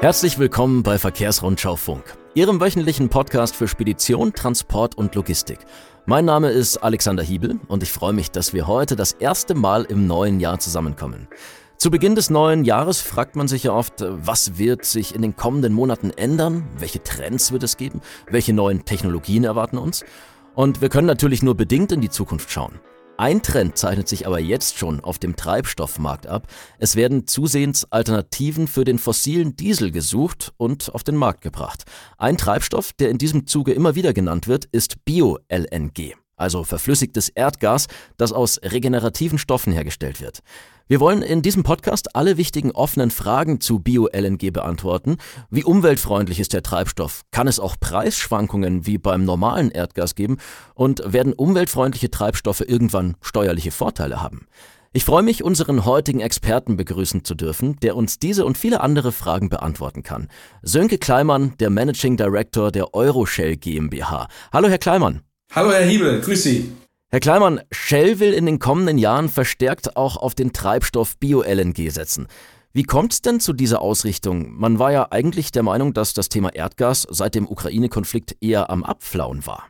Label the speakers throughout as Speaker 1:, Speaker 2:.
Speaker 1: Herzlich willkommen bei Verkehrsrundschau Funk, Ihrem wöchentlichen Podcast für Spedition, Transport und Logistik. Mein Name ist Alexander Hiebel und ich freue mich, dass wir heute das erste Mal im neuen Jahr zusammenkommen. Zu Beginn des neuen Jahres fragt man sich ja oft, was wird sich in den kommenden Monaten ändern? Welche Trends wird es geben? Welche neuen Technologien erwarten uns? Und wir können natürlich nur bedingt in die Zukunft schauen. Ein Trend zeichnet sich aber jetzt schon auf dem Treibstoffmarkt ab. Es werden zusehends Alternativen für den fossilen Diesel gesucht und auf den Markt gebracht. Ein Treibstoff, der in diesem Zuge immer wieder genannt wird, ist Bio-LNG, also verflüssigtes Erdgas, das aus regenerativen Stoffen hergestellt wird. Wir wollen in diesem Podcast alle wichtigen offenen Fragen zu Bio-LNG beantworten. Wie umweltfreundlich ist der Treibstoff? Kann es auch Preisschwankungen wie beim normalen Erdgas geben? Und werden umweltfreundliche Treibstoffe irgendwann steuerliche Vorteile haben? Ich freue mich, unseren heutigen Experten begrüßen zu dürfen, der uns diese und viele andere Fragen beantworten kann. Sönke Kleimann, der Managing Director der Euroshell GmbH. Hallo Herr Kleimann.
Speaker 2: Hallo Herr Hiebel, grüß Sie.
Speaker 1: Herr Kleimann, Shell will in den kommenden Jahren verstärkt auch auf den Treibstoff Bio-LNG setzen. Wie kommt es denn zu dieser Ausrichtung? Man war ja eigentlich der Meinung, dass das Thema Erdgas seit dem Ukraine-Konflikt eher am Abflauen war.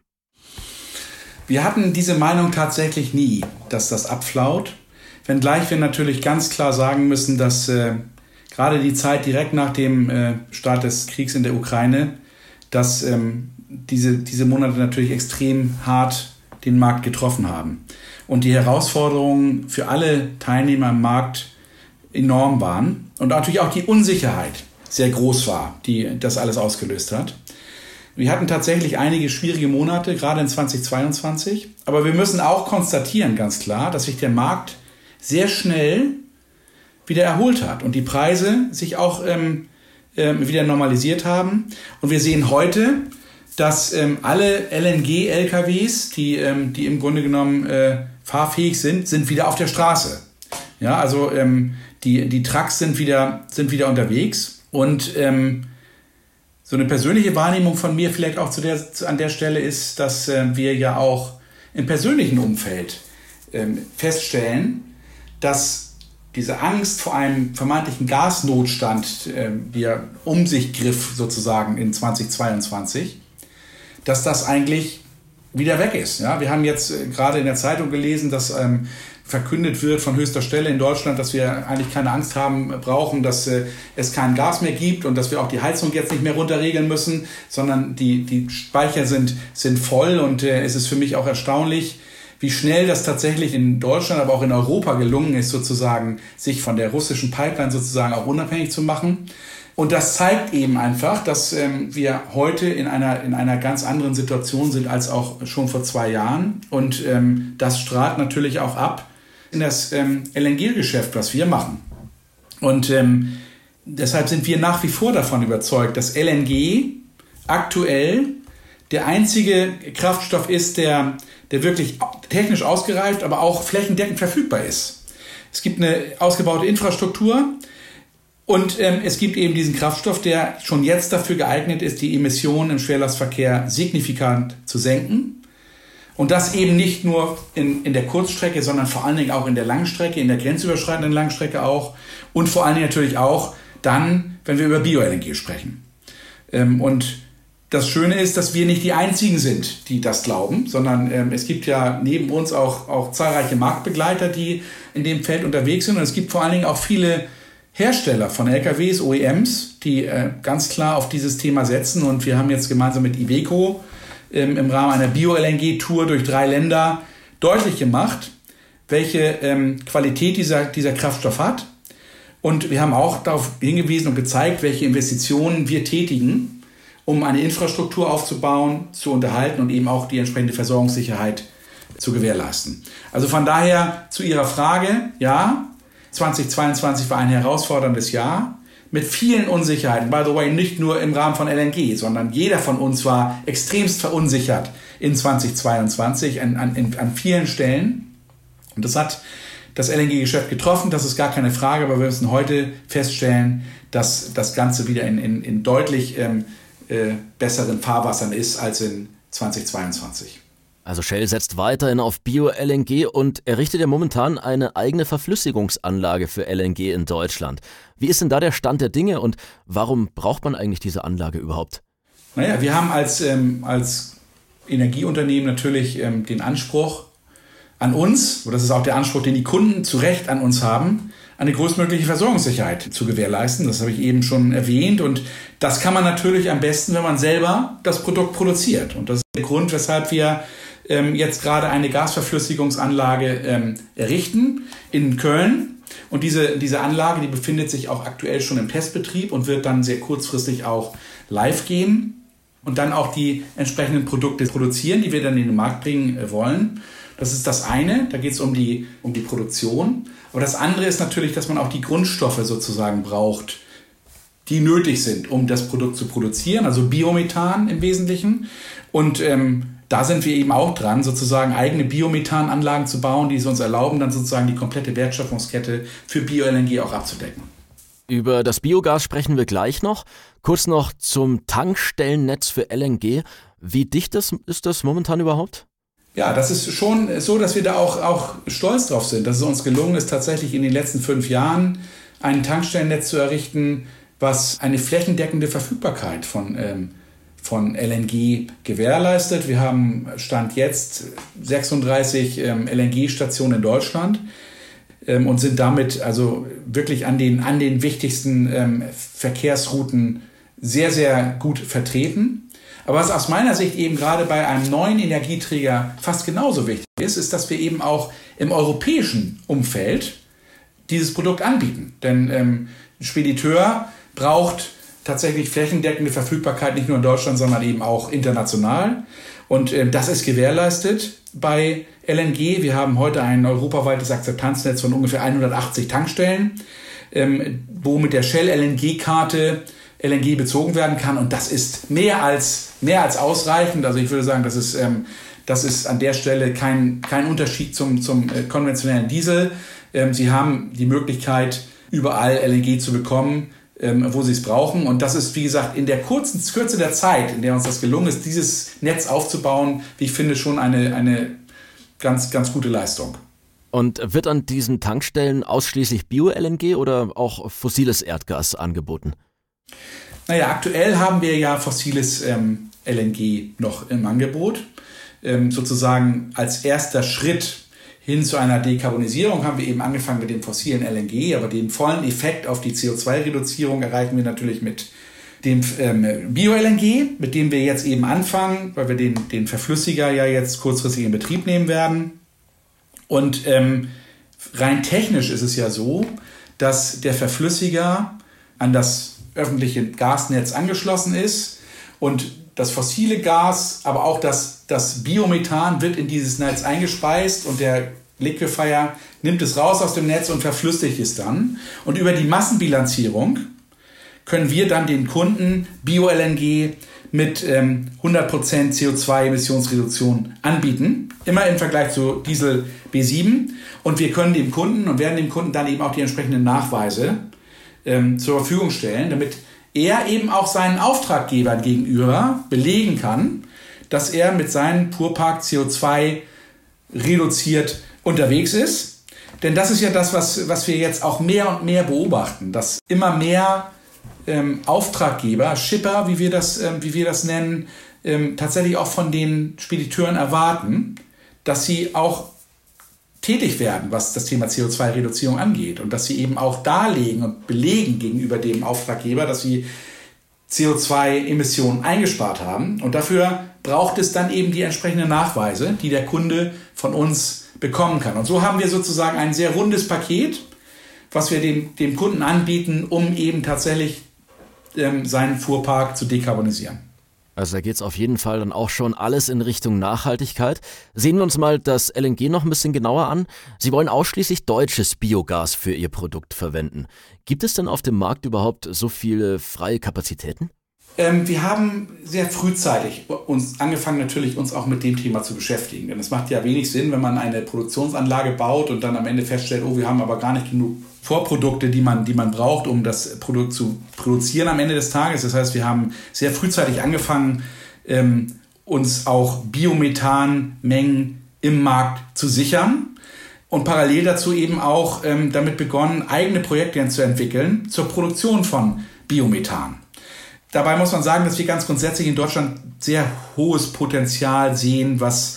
Speaker 2: Wir hatten diese Meinung tatsächlich nie, dass das abflaut. Wenngleich wir natürlich ganz klar sagen müssen, dass gerade die Zeit direkt nach dem Start des Kriegs in der Ukraine, dass diese Monate natürlich extrem hart den Markt getroffen haben. Und die Herausforderungen für alle Teilnehmer im Markt enorm waren und natürlich auch die Unsicherheit sehr groß war, die das alles ausgelöst hat. Wir hatten tatsächlich einige schwierige Monate, gerade in 2022. Aber wir müssen auch konstatieren, ganz klar, dass sich der Markt sehr schnell wieder erholt hat und die Preise sich auch wieder normalisiert haben. Und wir sehen heute, dass alle LNG-LKWs, die im Grunde genommen fahrfähig sind wieder auf der Straße. Ja, also die Trucks sind wieder unterwegs. Und so eine persönliche Wahrnehmung von mir vielleicht auch an der Stelle ist, dass wir ja auch im persönlichen Umfeld feststellen, dass diese Angst vor einem vermeintlichen Gasnotstand, der um sich griff sozusagen in 2022, dass das eigentlich wieder weg ist. Ja, wir haben jetzt gerade in der Zeitung gelesen, dass verkündet wird von höchster Stelle in Deutschland, dass wir eigentlich keine Angst brauchen, dass es kein Gas mehr gibt und dass wir auch die Heizung jetzt nicht mehr runterregeln müssen, sondern die Speicher sind voll. Und es ist für mich auch erstaunlich, wie schnell das tatsächlich in Deutschland, aber auch in Europa gelungen ist, sozusagen sich von der russischen Pipeline sozusagen auch unabhängig zu machen. Und das zeigt eben einfach, dass wir heute in einer ganz anderen Situation sind als auch schon vor 2 Jahren. Und das strahlt natürlich auch ab in das LNG-Geschäft, was wir machen. Und deshalb sind wir nach wie vor davon überzeugt, dass LNG aktuell der einzige Kraftstoff ist, der wirklich technisch ausgereift, aber auch flächendeckend verfügbar ist. Es gibt eine ausgebaute Infrastruktur. Und es gibt eben diesen Kraftstoff, der schon jetzt dafür geeignet ist, die Emissionen im Schwerlastverkehr signifikant zu senken. Und das eben nicht nur in der Kurzstrecke, sondern vor allen Dingen auch in der Langstrecke, in der grenzüberschreitenden Langstrecke auch. Und vor allen Dingen natürlich auch dann, wenn wir über Bio-LNG sprechen. Und das Schöne ist, dass wir nicht die Einzigen sind, die das glauben, sondern es gibt ja neben uns auch zahlreiche Marktbegleiter, die in dem Feld unterwegs sind. Und es gibt vor allen Dingen auch viele Hersteller von LKWs, OEMs, die ganz klar auf dieses Thema setzen. Und wir haben jetzt gemeinsam mit Iveco im Rahmen einer Bio-LNG-Tour durch 3 Länder deutlich gemacht, welche Qualität dieser Kraftstoff hat. Und wir haben auch darauf hingewiesen und gezeigt, welche Investitionen wir tätigen, um eine Infrastruktur aufzubauen, zu unterhalten und eben auch die entsprechende Versorgungssicherheit zu gewährleisten. Also von daher zu Ihrer Frage, ja, 2022 war ein herausforderndes Jahr mit vielen Unsicherheiten. By the way, nicht nur im Rahmen von LNG, sondern jeder von uns war extremst verunsichert in 2022 an vielen Stellen. Und das hat das LNG-Geschäft getroffen, das ist gar keine Frage, aber wir müssen heute feststellen, dass das Ganze wieder in deutlich besseren Fahrwassern ist als in 2022.
Speaker 1: Also Shell setzt weiterhin auf Bio-LNG und errichtet ja momentan eine eigene Verflüssigungsanlage für LNG in Deutschland. Wie ist denn da der Stand der Dinge und warum braucht man eigentlich diese Anlage überhaupt?
Speaker 2: Naja, wir haben als Energieunternehmen natürlich den Anspruch an uns, und das ist auch der Anspruch, den die Kunden zu Recht an uns haben, eine größtmögliche Versorgungssicherheit zu gewährleisten. Das habe ich eben schon erwähnt. Und das kann man natürlich am besten, wenn man selber das Produkt produziert. Und das ist der Grund, weshalb wir jetzt gerade eine Gasverflüssigungsanlage errichten in Köln. Und diese Anlage, die befindet sich auch aktuell schon im Testbetrieb und wird dann sehr kurzfristig auch live gehen und dann auch die entsprechenden Produkte produzieren, die wir dann in den Markt bringen wollen. Das ist das eine, da geht es um die Produktion. Aber das andere ist natürlich, dass man auch die Grundstoffe sozusagen braucht, die nötig sind, um das Produkt zu produzieren, also Biomethan im Wesentlichen. Und da sind wir eben auch dran, sozusagen eigene Biomethananlagen zu bauen, die es uns erlauben, dann sozusagen die komplette Wertschöpfungskette für Bio-LNG auch abzudecken.
Speaker 1: Über das Biogas sprechen wir gleich noch. Kurz noch zum Tankstellennetz für LNG. Wie dicht ist das momentan überhaupt?
Speaker 2: Ja, das ist schon so, dass wir da auch stolz drauf sind, dass es uns gelungen ist, tatsächlich in den letzten 5 Jahren ein Tankstellennetz zu errichten, was eine flächendeckende Verfügbarkeit von LNG gewährleistet. Wir haben Stand jetzt 36 LNG-Stationen in Deutschland und sind damit also wirklich an den wichtigsten Verkehrsrouten sehr, sehr gut vertreten. Aber was aus meiner Sicht eben gerade bei einem neuen Energieträger fast genauso wichtig ist, dass wir eben auch im europäischen Umfeld dieses Produkt anbieten. Denn ein Spediteur braucht tatsächlich flächendeckende Verfügbarkeit, nicht nur in Deutschland, sondern eben auch international. Und das ist gewährleistet bei LNG. Wir haben heute ein europaweites Akzeptanznetz von ungefähr 180 Tankstellen, wo mit der Shell LNG-Karte LNG bezogen werden kann. Und das ist mehr als ausreichend. Also ich würde sagen, das ist an der Stelle kein Unterschied zum konventionellen Diesel. Sie haben die Möglichkeit, überall LNG zu bekommen, wo sie es brauchen. Und das ist, wie gesagt, in der Kürze der Zeit, in der uns das gelungen ist, dieses Netz aufzubauen, wie ich finde, schon eine ganz, ganz gute Leistung.
Speaker 1: Und wird an diesen Tankstellen ausschließlich Bio-LNG oder auch fossiles Erdgas angeboten?
Speaker 2: Naja, aktuell haben wir ja fossiles LNG noch im Angebot. Sozusagen als erster Schritt hin zu einer Dekarbonisierung haben wir eben angefangen mit dem fossilen LNG, aber den vollen Effekt auf die CO2-Reduzierung erreichen wir natürlich mit dem Bio-LNG, mit dem wir jetzt eben anfangen, weil wir den Verflüssiger ja jetzt kurzfristig in Betrieb nehmen werden. Und rein technisch ist es ja so, dass der Verflüssiger an das öffentliche Gasnetz angeschlossen ist und das fossile Gas, aber auch das Biomethan wird in dieses Netz eingespeist und der Liquefier nimmt es raus aus dem Netz und verflüssigt es dann. Und über die Massenbilanzierung können wir dann den Kunden Bio-LNG mit 100% CO2-Emissionsreduktion anbieten, immer im Vergleich zu Diesel B7. Und wir können dem Kunden und werden dem Kunden dann eben auch die entsprechenden Nachweise zur Verfügung stellen, damit er eben auch seinen Auftraggebern gegenüber belegen kann, dass er mit seinem Fuhrpark CO2 reduziert unterwegs ist. Denn das ist ja das, was wir jetzt auch mehr und mehr beobachten, dass immer mehr Auftraggeber, Shipper, wie wir das nennen, tatsächlich auch von den Spediteuren erwarten, dass sie auch tätig werden, was das Thema CO2-Reduzierung angeht und dass sie eben auch darlegen und belegen gegenüber dem Auftraggeber, dass sie CO2-Emissionen eingespart haben. Und dafür braucht es dann eben die entsprechenden Nachweise, die der Kunde von uns bekommen kann. Und so haben wir sozusagen ein sehr rundes Paket, was wir dem Kunden anbieten, um eben tatsächlich seinen Fuhrpark zu dekarbonisieren.
Speaker 1: Also da geht es auf jeden Fall dann auch schon alles in Richtung Nachhaltigkeit. Sehen wir uns mal das LNG noch ein bisschen genauer an. Sie wollen ausschließlich deutsches Biogas für Ihr Produkt verwenden. Gibt es denn auf dem Markt überhaupt so viele freie Kapazitäten?
Speaker 2: Wir haben sehr frühzeitig uns angefangen, natürlich uns auch mit dem Thema zu beschäftigen. Denn es macht ja wenig Sinn, wenn man eine Produktionsanlage baut und dann am Ende feststellt, wir haben aber gar nicht genug Vorprodukte, die man braucht, um das Produkt zu produzieren am Ende des Tages. Das heißt, wir haben sehr frühzeitig angefangen, uns auch Biomethanmengen im Markt zu sichern. Und parallel dazu eben auch damit begonnen, eigene Projekte zu entwickeln zur Produktion von Biomethan. Dabei muss man sagen, dass wir ganz grundsätzlich in Deutschland sehr hohes Potenzial sehen, was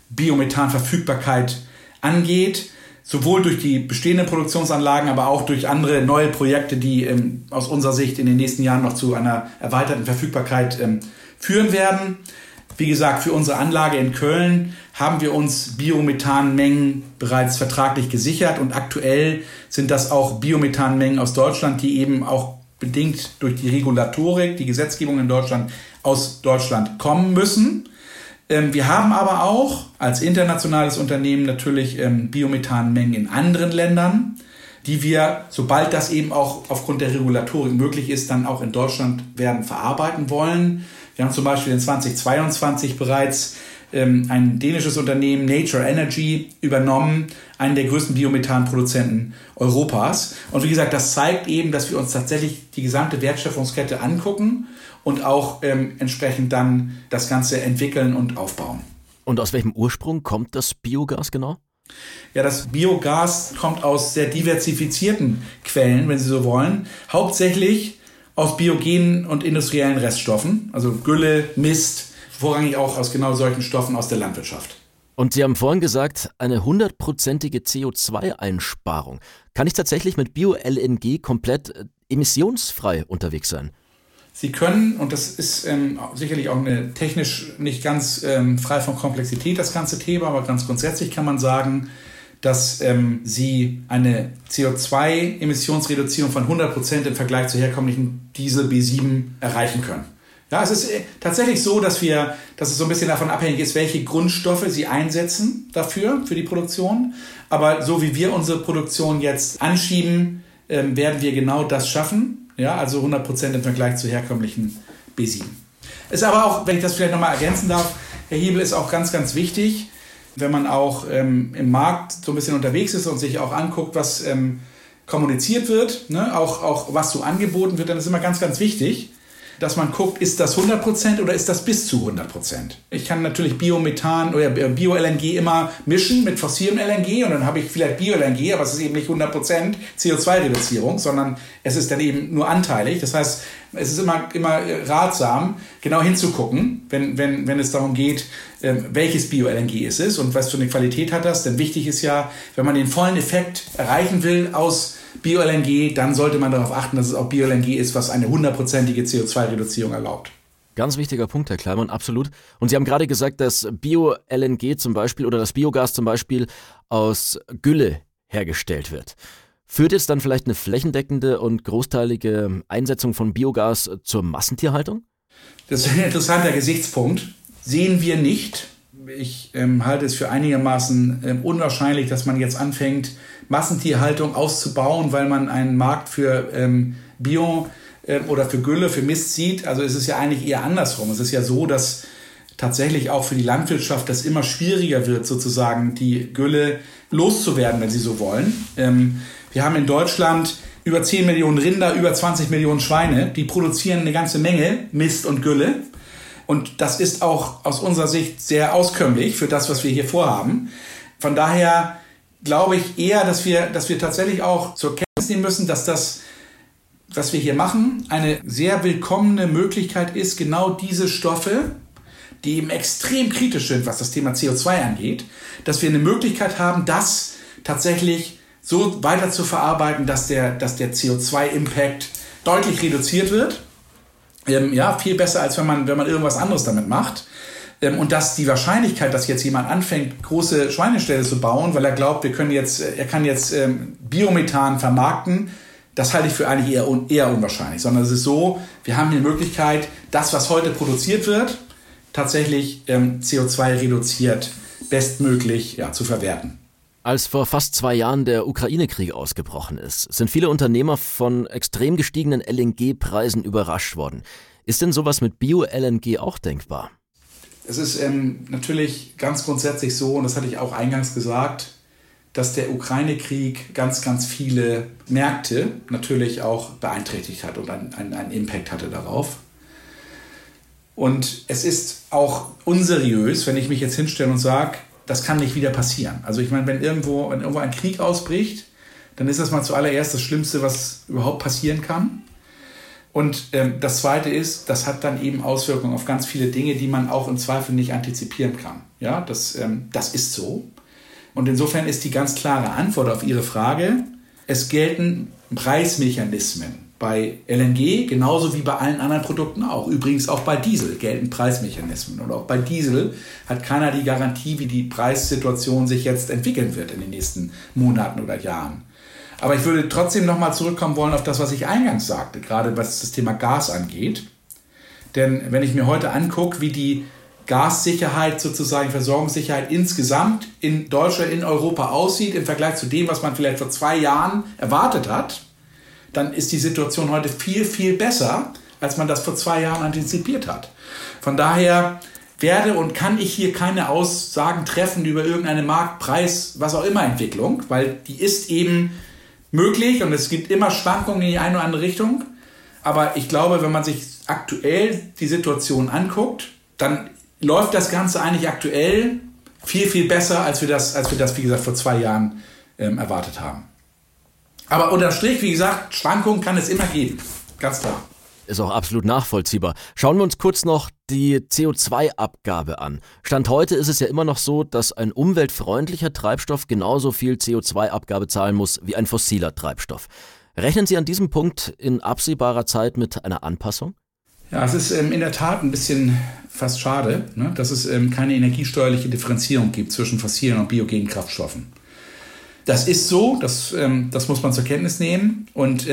Speaker 2: Biomethanverfügbarkeit angeht. Sowohl durch die bestehenden Produktionsanlagen, aber auch durch andere neue Projekte, die aus unserer Sicht in den nächsten Jahren noch zu einer erweiterten Verfügbarkeit führen werden. Wie gesagt, für unsere Anlage in Köln haben wir uns Biomethanmengen bereits vertraglich gesichert und aktuell sind das auch Biomethanmengen aus Deutschland, die eben auch bedingt durch die Regulatorik, die Gesetzgebung in Deutschland, aus Deutschland kommen müssen. Wir haben aber auch als internationales Unternehmen natürlich Biomethanmengen in anderen Ländern, die wir, sobald das eben auch aufgrund der Regulatorik möglich ist, dann auch in Deutschland werden verarbeiten wollen. Wir haben zum Beispiel in 2022 bereits ein dänisches Unternehmen, Nature Energy, übernommen, einen der größten Biomethanproduzenten Europas. Und wie gesagt, das zeigt eben, dass wir uns tatsächlich die gesamte Wertschöpfungskette angucken und auch entsprechend dann das Ganze entwickeln und aufbauen.
Speaker 1: Und aus welchem Ursprung kommt das Biogas genau?
Speaker 2: Ja, das Biogas kommt aus sehr diversifizierten Quellen, wenn Sie so wollen. Hauptsächlich aus biogenen und industriellen Reststoffen, also Gülle, Mist, vorrangig auch aus genau solchen Stoffen aus der Landwirtschaft.
Speaker 1: Und Sie haben vorhin gesagt, eine 100%ige CO2-Einsparung. Kann ich tatsächlich mit Bio-LNG komplett emissionsfrei unterwegs sein?
Speaker 2: Sie können, und das ist sicherlich auch eine technisch nicht ganz frei von Komplexität, das ganze Thema, aber ganz grundsätzlich kann man sagen, dass Sie eine CO2-Emissionsreduzierung von 100% im Vergleich zu herkömmlichen Diesel B7 erreichen können. Ja, es ist tatsächlich so, dass es so ein bisschen davon abhängig ist, welche Grundstoffe Sie einsetzen dafür, für die Produktion. Aber so wie wir unsere Produktion jetzt anschieben, werden wir genau das schaffen. Ja, also 100% im Vergleich zu herkömmlichen B7. Ist aber auch, wenn ich das vielleicht nochmal ergänzen darf, Herr Hiebel, ist auch ganz, ganz wichtig, wenn man auch im Markt so ein bisschen unterwegs ist und sich auch anguckt, was kommuniziert wird, ne, auch was so angeboten wird, dann ist immer ganz, ganz wichtig, dass man guckt, ist das 100% oder ist das bis zu 100%? Ich kann natürlich Biomethan oder Bio-LNG immer mischen mit fossilem LNG und dann habe ich vielleicht Bio-LNG, aber es ist eben nicht 100% CO2-Reduzierung, sondern es ist dann eben nur anteilig. Das heißt, es ist immer ratsam, genau hinzugucken, wenn es darum geht, welches Bio-LNG es ist und was für eine Qualität hat das. Denn wichtig ist ja, wenn man den vollen Effekt erreichen will aus Bio-LNG, dann sollte man darauf achten, dass es auch Bio-LNG ist, was eine 100%ige CO2-Reduzierung erlaubt.
Speaker 1: Ganz wichtiger Punkt, Herr Kleimann, absolut. Und Sie haben gerade gesagt, dass Bio-LNG zum Beispiel oder das Biogas zum Beispiel aus Gülle hergestellt wird. Führt jetzt dann vielleicht eine flächendeckende und großteilige Einsetzung von Biogas zur Massentierhaltung?
Speaker 2: Das ist ein interessanter Gesichtspunkt. Sehen wir nicht. Ich halte es für einigermaßen unwahrscheinlich, dass man jetzt anfängt, Massentierhaltung auszubauen, weil man einen Markt für Bio oder für Gülle, für Mist sieht. Also es ist ja eigentlich eher andersrum. Es ist ja so, dass tatsächlich auch für die Landwirtschaft das immer schwieriger wird, sozusagen die Gülle loszuwerden, wenn sie so wollen. Wir haben in Deutschland über 10 Millionen Rinder, über 20 Millionen Schweine. Die produzieren eine ganze Menge Mist und Gülle. Und das ist auch aus unserer Sicht sehr auskömmlich für das, was wir hier vorhaben. Von daher glaube ich eher, dass wir tatsächlich auch zur Kenntnis nehmen müssen, dass das, was wir hier machen, eine sehr willkommene Möglichkeit ist, genau diese Stoffe, die eben extrem kritisch sind, was das Thema CO2 angeht, dass wir eine Möglichkeit haben, das tatsächlich so weiter zu verarbeiten, dass der CO2-Impact deutlich reduziert wird. Ja, viel besser, als wenn man irgendwas anderes damit macht. Und dass die Wahrscheinlichkeit, dass jetzt jemand anfängt, große Schweineställe zu bauen, weil er glaubt, er kann jetzt Biomethan vermarkten, das halte ich für eigentlich eher unwahrscheinlich. Sondern es ist so, wir haben die Möglichkeit, das, was heute produziert wird, tatsächlich CO2 reduziert, bestmöglich zu verwerten.
Speaker 1: Als vor fast 2 Jahren der Ukraine-Krieg ausgebrochen ist, sind viele Unternehmer von extrem gestiegenen LNG-Preisen überrascht worden. Ist denn sowas mit Bio-LNG auch denkbar?
Speaker 2: Es ist natürlich ganz grundsätzlich so, und das hatte ich auch eingangs gesagt, dass der Ukraine-Krieg ganz, ganz viele Märkte natürlich auch beeinträchtigt hat und einen Impact hatte darauf. Und es ist auch unseriös, wenn ich mich jetzt hinstelle und sage, das kann nicht wieder passieren. Also ich meine, wenn irgendwo ein Krieg ausbricht, dann ist das mal zuallererst das Schlimmste, was überhaupt passieren kann. Und das Zweite ist, das hat dann eben Auswirkungen auf ganz viele Dinge, die man auch im Zweifel nicht antizipieren kann. Ja, das ist so. Und insofern ist die ganz klare Antwort auf Ihre Frage, es gelten Preismechanismen. Bei LNG genauso wie bei allen anderen Produkten auch. Übrigens auch bei Diesel gelten Preismechanismen. Und auch bei Diesel hat keiner die Garantie, wie die Preissituation sich jetzt entwickeln wird in den nächsten Monaten oder Jahren. Aber ich würde trotzdem nochmal zurückkommen wollen auf das, was ich eingangs sagte, gerade was das Thema Gas angeht. Denn wenn ich mir heute angucke, wie die Gassicherheit, sozusagen Versorgungssicherheit insgesamt in Deutschland, in Europa aussieht, im Vergleich zu dem, was man vielleicht vor 2 Jahren erwartet hat, dann ist die Situation heute viel, viel besser, als man das vor 2 Jahren antizipiert hat. Von daher werde und kann ich hier keine Aussagen treffen über irgendeine Marktpreis, was auch immer Entwicklung, weil die ist eben möglich und es gibt immer Schwankungen in die eine oder andere Richtung. Aber ich glaube, wenn man sich aktuell die Situation anguckt, dann läuft das Ganze eigentlich aktuell viel, viel besser, als wir das, wie gesagt, vor 2 Jahren erwartet haben. Aber unterm Strich, wie gesagt, Schwankungen kann es immer geben. Ganz klar.
Speaker 1: Ist auch absolut nachvollziehbar. Schauen wir uns kurz noch die CO2-Abgabe an. Stand heute ist es ja immer noch so, dass ein umweltfreundlicher Treibstoff genauso viel CO2-Abgabe zahlen muss wie ein fossiler Treibstoff. Rechnen Sie an diesem Punkt in absehbarer Zeit mit einer Anpassung?
Speaker 2: Ja, es ist in der Tat ein bisschen fast schade, ne, dass es keine energiesteuerliche Differenzierung gibt zwischen fossilen und biogenen Kraftstoffen. Das ist so, das muss man zur Kenntnis nehmen. Und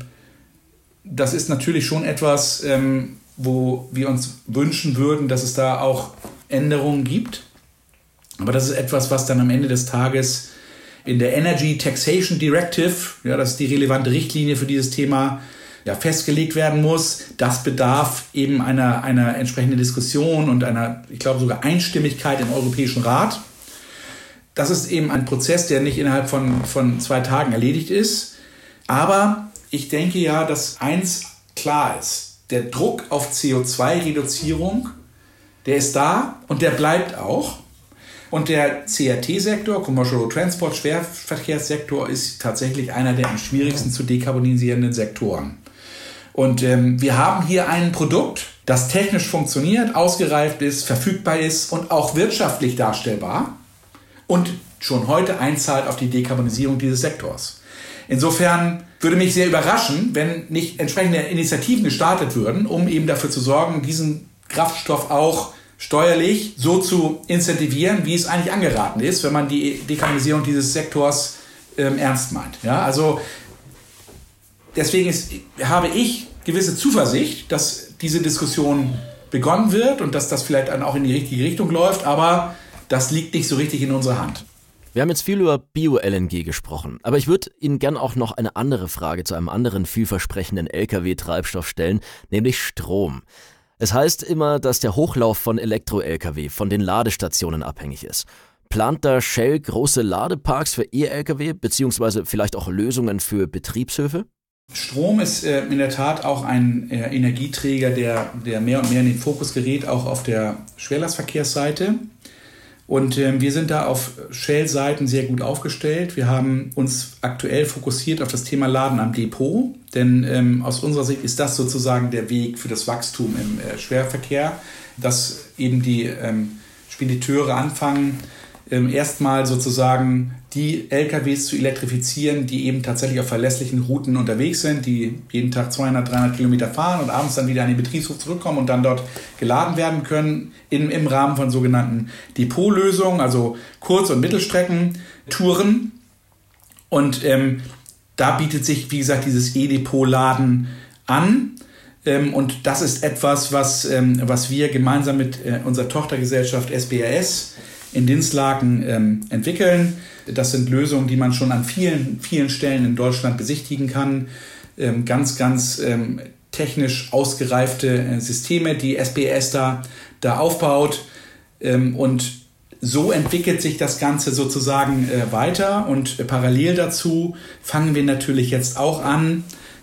Speaker 2: das ist natürlich schon etwas, wo wir uns wünschen würden, dass es da auch Änderungen gibt. Aber das ist etwas, was dann am Ende des Tages in der Energy Taxation Directive, ja, das ist die relevante Richtlinie für dieses Thema, ja, festgelegt werden muss. Das bedarf eben einer entsprechenden Diskussion und einer, ich glaube, sogar Einstimmigkeit im Europäischen Rat. Das ist eben ein Prozess, der nicht innerhalb von 2 Tagen erledigt ist. Aber ich denke ja, dass eins klar ist. Der Druck auf CO2-Reduzierung, der ist da und der bleibt auch. Und der CRT-Sektor, Commercial Road Transport, Schwerverkehrssektor, ist tatsächlich einer der am schwierigsten zu dekarbonisierenden Sektoren. Und wir haben hier ein Produkt, das technisch funktioniert, ausgereift ist, verfügbar ist und auch wirtschaftlich darstellbar und schon heute einzahlt auf die Dekarbonisierung dieses Sektors. Insofern würde mich sehr überraschen, wenn nicht entsprechende Initiativen gestartet würden, um eben dafür zu sorgen, diesen Kraftstoff auch steuerlich so zu incentivieren, wie es eigentlich angeraten ist, wenn man die Dekarbonisierung dieses Sektors ernst meint. Ja, also deswegen habe ich gewisse Zuversicht, dass diese Diskussion begonnen wird und dass das vielleicht dann auch in die richtige Richtung läuft, aber das liegt nicht so richtig in unserer Hand.
Speaker 1: Wir haben jetzt viel über Bio-LNG gesprochen, aber ich würde Ihnen gern auch noch eine andere Frage zu einem anderen vielversprechenden Lkw-Treibstoff stellen, nämlich Strom. Es heißt immer, dass der Hochlauf von Elektro-Lkw von den Ladestationen abhängig ist. Plant da Shell große Ladeparks für E-Lkw beziehungsweise vielleicht auch Lösungen für Betriebshöfe?
Speaker 2: Strom ist in der Tat auch ein Energieträger, der mehr und mehr in den Fokus gerät, auch auf der Schwerlastverkehrsseite. Und wir sind da auf Shell-Seiten sehr gut aufgestellt. Wir haben uns aktuell fokussiert auf das Thema Laden am Depot, denn aus unserer Sicht ist das sozusagen der Weg für das Wachstum im Schwerverkehr, dass eben die Spediteure anfangen, erstmal sozusagen die LKWs zu elektrifizieren, die eben tatsächlich auf verlässlichen Routen unterwegs sind, die jeden Tag 200, 300 Kilometer fahren und abends dann wieder an den Betriebshof zurückkommen und dann dort geladen werden können im Rahmen von sogenannten Depotlösungen, also Kurz- und Mittelstreckentouren. Und da bietet sich, wie gesagt, dieses E-Depot-Laden an. Und das ist etwas, was wir gemeinsam mit unserer Tochtergesellschaft SBRS in Dinslaken entwickeln. Das sind Lösungen, die man schon an vielen, vielen Stellen in Deutschland besichtigen kann. Ganz technisch ausgereifte Systeme, die SBRS da aufbaut. Und so entwickelt sich das Ganze sozusagen weiter. Und parallel dazu fangen wir natürlich jetzt auch an,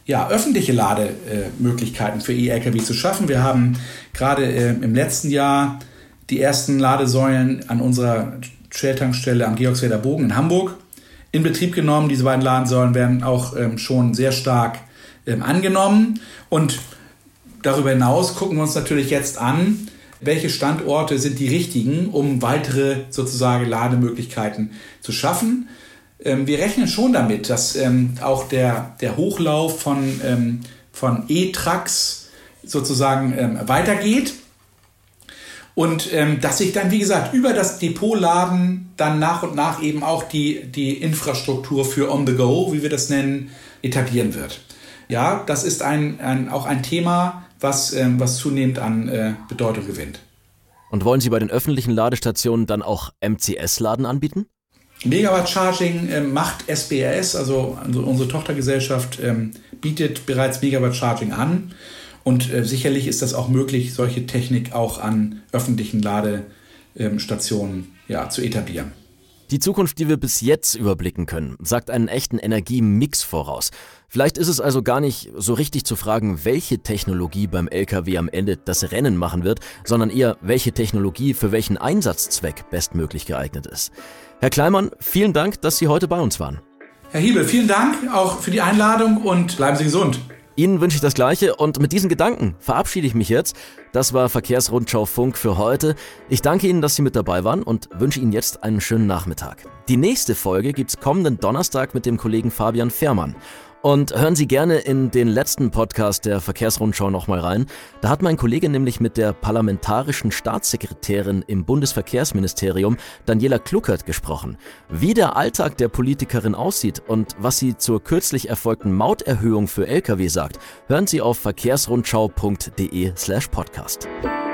Speaker 2: öffentliche Lademöglichkeiten für E-Lkw zu schaffen. Wir haben gerade im letzten Jahr die ersten Ladesäulen an unserer Shell-Tankstelle am Georgswerder Bogen in Hamburg in Betrieb genommen. Diese beiden Ladesäulen werden auch schon sehr stark angenommen. Und darüber hinaus gucken wir uns natürlich jetzt an, welche Standorte sind die richtigen, um weitere sozusagen Lademöglichkeiten zu schaffen. Wir rechnen schon damit, dass auch der Hochlauf von E-Trucks sozusagen weitergeht und dass sich dann, wie gesagt, über das Depotladen dann nach und nach eben auch die Infrastruktur für On the Go, wie wir das nennen, etablieren wird. Ja, das ist auch ein Thema, was zunehmend an Bedeutung gewinnt.
Speaker 1: Und wollen Sie bei den öffentlichen Ladestationen dann auch MCS-Laden anbieten?
Speaker 2: Megawatt Charging macht SBRS, also unsere Tochtergesellschaft, bietet bereits Megawatt Charging an. Und sicherlich ist das auch möglich, solche Technik auch an öffentlichen Ladestationen zu etablieren.
Speaker 1: Die Zukunft, die wir bis jetzt überblicken können, sagt einen echten Energiemix voraus. Vielleicht ist es also gar nicht so richtig zu fragen, welche Technologie beim LKW am Ende das Rennen machen wird, sondern eher, welche Technologie für welchen Einsatzzweck bestmöglich geeignet ist. Herr Kleimann, vielen Dank, dass Sie heute bei uns waren.
Speaker 2: Herr Hiebel, vielen Dank auch für die Einladung und bleiben Sie gesund.
Speaker 1: Ihnen wünsche ich das Gleiche und mit diesen Gedanken verabschiede ich mich jetzt. Das war Verkehrsrundschau Funk für heute. Ich danke Ihnen, dass Sie mit dabei waren und wünsche Ihnen jetzt einen schönen Nachmittag. Die nächste Folge gibt's kommenden Donnerstag mit dem Kollegen Fabian Fährmann. Und hören Sie gerne in den letzten Podcast der Verkehrsrundschau nochmal rein. Da hat mein Kollege nämlich mit der parlamentarischen Staatssekretärin im Bundesverkehrsministerium, Daniela Kluckert, gesprochen. Wie der Alltag der Politikerin aussieht und was sie zur kürzlich erfolgten Mauterhöhung für Lkw sagt, hören Sie auf verkehrsrundschau.de/podcast.